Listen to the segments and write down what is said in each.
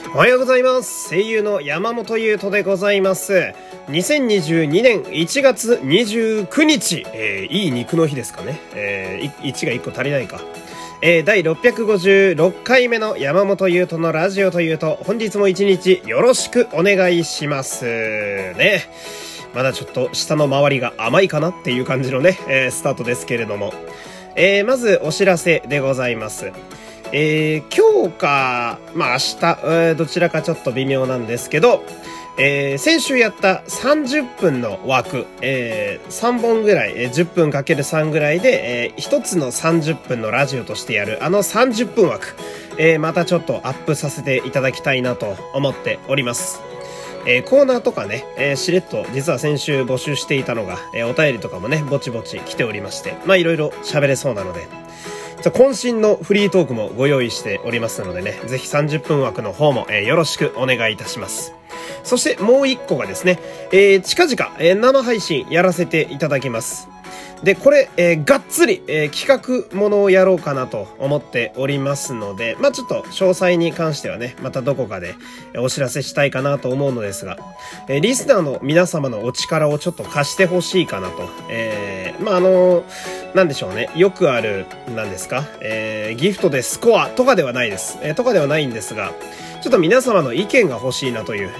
おはようございます。声優の山本優斗でございます。2022年1月29日、いい肉の日ですかね。1が1個足りないか。第656回目の山本優斗のラジオというと、本日も一日よろしくお願いしますね。まだちょっと下の周りが甘いかなっていう感じのね、スタートですけれども、まずお知らせでございます。今日か、明日、どちらかちょっと微妙なんですけど、先週やった30分の枠、3本ぐらい、10分 ×3 ぐらいで、1つの30分のラジオとしてやる、あの30分枠、またちょっとアップさせていただきたいなと思っております。コーナーとかね、しれっと実は先週募集していたのが、お便りとかもね、ぼちぼち来ておりまして、いろいろ喋れそうなので、渾身のフリートークもご用意しておりますのでね、ぜひ30分枠の方も、よろしくお願いいたします。そしてもう一個がですね、近々、生配信やらせていただきます。で、これ、がっつり、企画ものをやろうかなと思っておりますので、ちょっと詳細に関してはね、またどこかでお知らせしたいかなと思うのですが、リスナーの皆様のお力をちょっと貸してほしいかなと。なんでしょうね。よくある、なんですか、ギフトでスコアとかではないです。とかではないんですが、ちょっと皆様の意見が欲しいなという、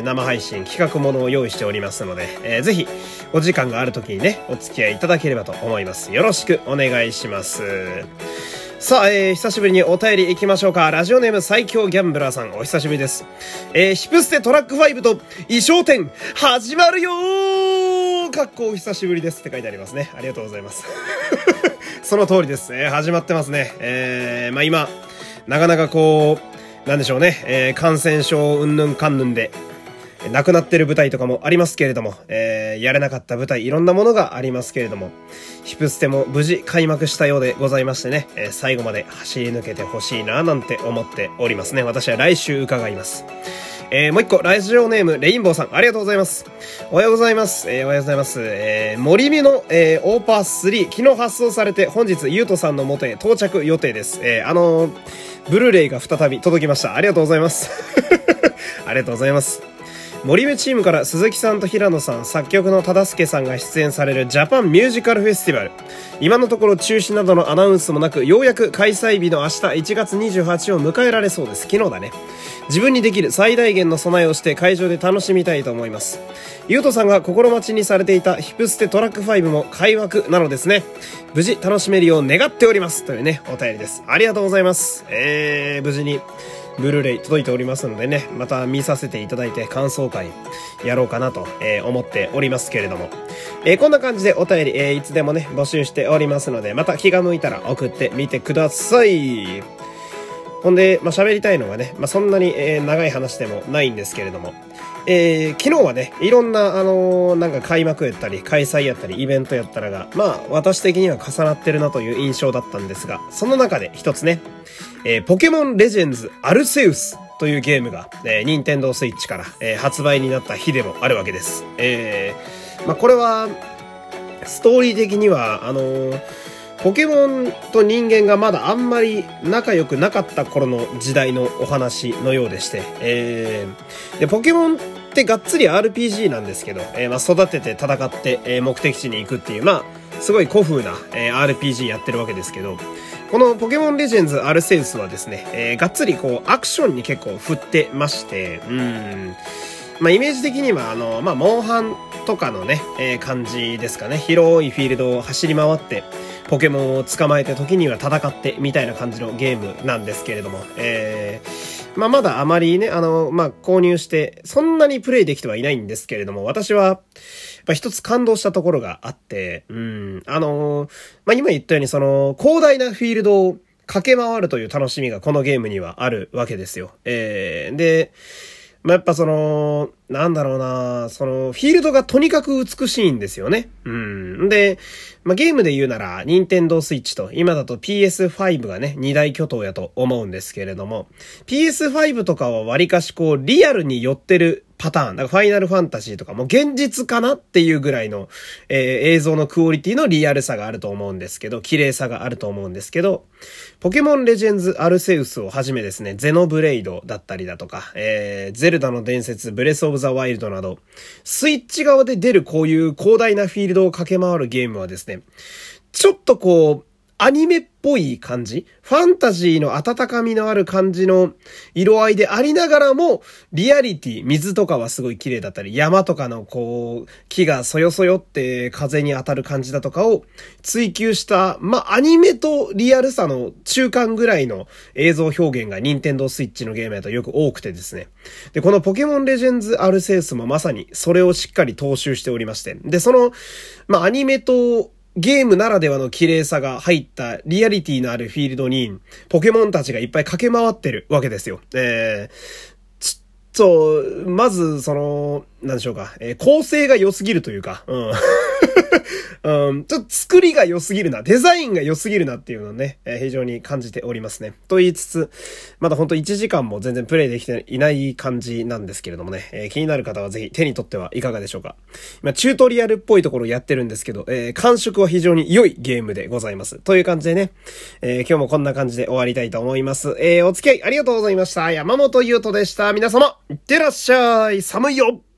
生配信企画ものを用意しておりますので、ぜひお時間がある時にね、お付き合いいただければと思います。よろしくお願いします。さあ、久しぶりにお便り行きましょうか。ラジオネーム最強ギャンブラーさん、お久しぶりです。ヒプステトラック5と衣装展始まるよーかっこお久しぶりですって書いてありますね。ありがとうございます。その通りです。始まってますね。今、なかなかなんでしょうね、感染症うんぬんかんぬんで、亡くなってる舞台とかもありますけれども、やれなかった舞台いろんなものがありますけれども、ヒプステも無事開幕したようでございましてね、最後まで走り抜けてほしいななんて思っておりますね。私は来週伺います。もう一個、ラジオネーム、レインボーさん、ありがとうございます。おはようございます。おはようございます。森見の、オーパー3、昨日発送されて、本日、ゆうとさんの元へ到着予定です。ブルーレイが再び届きました。ありがとうございます。ありがとうございます。森目チームから鈴木さんと平野さん、作曲の忠助さんが出演されるジャパンミュージカルフェスティバル。今のところ中止などのアナウンスもなく、ようやく開催日の明日1月28日を迎えられそうです。昨日だね。自分にできる最大限の備えをして会場で楽しみたいと思います。ゆうとさんが心待ちにされていたヒプステトラック5も開幕なのですね。無事楽しめるよう願っております。というね、お便りです。ありがとうございます。無事にブルーレイ届いておりますのでね、また見させていただいて感想会やろうかなと、思っておりますけれども、こんな感じでお便り、いつでもね募集しておりますので、また気が向いたら送ってみてください。ほんで、喋りたいのがね、そんなに、長い話でもないんですけれども、昨日はね、いろんな、なんか開幕やったり、開催やったり、イベントやったらが、私的には重なってるなという印象だったんですが、その中で一つね、ポケモンレジェンズアルセウスというゲームが、ニンテンドースイッチから、発売になった日でもあるわけです。これは、ストーリー的には、ポケモンと人間がまだあんまり仲良くなかった頃の時代のお話のようでして、でポケモンってがっつり RPG なんですけど、育てて戦って、目的地に行くっていう、すごい古風な、RPG やってるわけですけど、このポケモンレジェンズアルセウスはですね、がっつりアクションに結構振ってまして、イメージ的にはモンハンとかのね、感じですかね。広いフィールドを走り回ってポケモンを捕まえて時には戦ってみたいな感じのゲームなんですけれども、まだあまりね、購入してそんなにプレイできてはいないんですけれども、私は一つ感動したところがあって、今言ったように広大なフィールドを駆け回るという楽しみがこのゲームにはあるわけですよ。で、やっぱなんだろうな、フィールドがとにかく美しいんですよね。で、ゲームで言うなら、ニンテンドースイッチと、今だと PS5 がね、二大巨頭やと思うんですけれども、PS5 とかは割かしリアルに寄ってるパターン。だからファイナルファンタジーとかも現実かなっていうぐらいの、映像のクオリティのリアルさがあると思うんですけど、綺麗さがあると思うんですけど、ポケモンレジェンズアルセウスをはじめですね、ゼノブレイドだったりだとか、ゼルダの伝説、ブレスオブザワイルドなど、スイッチ側で出るこういう広大なフィールドを駆け回るゲームはですね、ちょっとこう、アニメっぽい感じ、ファンタジーの温かみのある感じの色合いでありながらも、リアリティ、水とかはすごい綺麗だったり、山とかのこう、木がそよそよって風に当たる感じだとかを追求した、アニメとリアルさの中間ぐらいの映像表現が任天堂スイッチのゲームだとよく多くてですね。で、このポケモンレジェンズアルセウスもまさにそれをしっかり踏襲しておりまして。で、その、アニメと、ゲームならではの綺麗さが入ったリアリティのあるフィールドにポケモンたちがいっぱい駆け回ってるわけですよ。まず、なんでしょうか、構成が良すぎるというか、ちょっと作りが良すぎるな、デザインが良すぎるなっていうのをね、非常に感じておりますね。と言いつつ、まだほんと1時間も全然プレイできていない感じなんですけれどもね、気になる方はぜひ手に取ってはいかがでしょうか。今、チュートリアルっぽいところをやってるんですけど、感触は非常に良いゲームでございます。という感じでね、今日もこんな感じで終わりたいと思います。お付き合いありがとうございました。山本優斗でした。皆様、いってらっしゃい。寒いよ。